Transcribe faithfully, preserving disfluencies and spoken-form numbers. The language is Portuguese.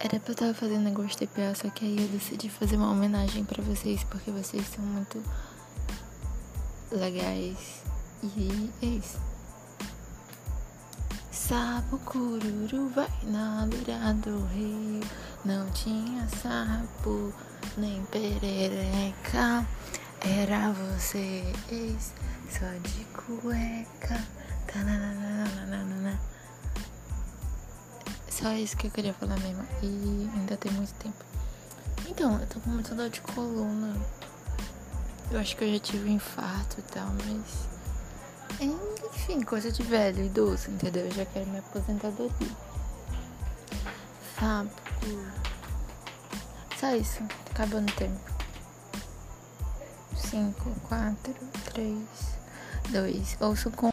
Era pra eu estar fazendo negócio T P A, só que aí eu decidi fazer uma homenagem pra vocês, porque vocês são muito legais. E é isso. Sapo cururu vai na beira do rio. Não tinha sapo, nem perereca. Era vocês, só de cueca. Tananana. Só isso que eu queria falar mesmo. E ainda tem muito tempo. Então, eu tô com muita dor de coluna. Eu acho que eu já tive um infarto e tal, mas... Enfim, coisa de velho, idoso, entendeu? Eu já quero minha aposentadoria. Sapo. Só isso. Tá acabando o tempo. cinco, quatro, três, dois. Ouço com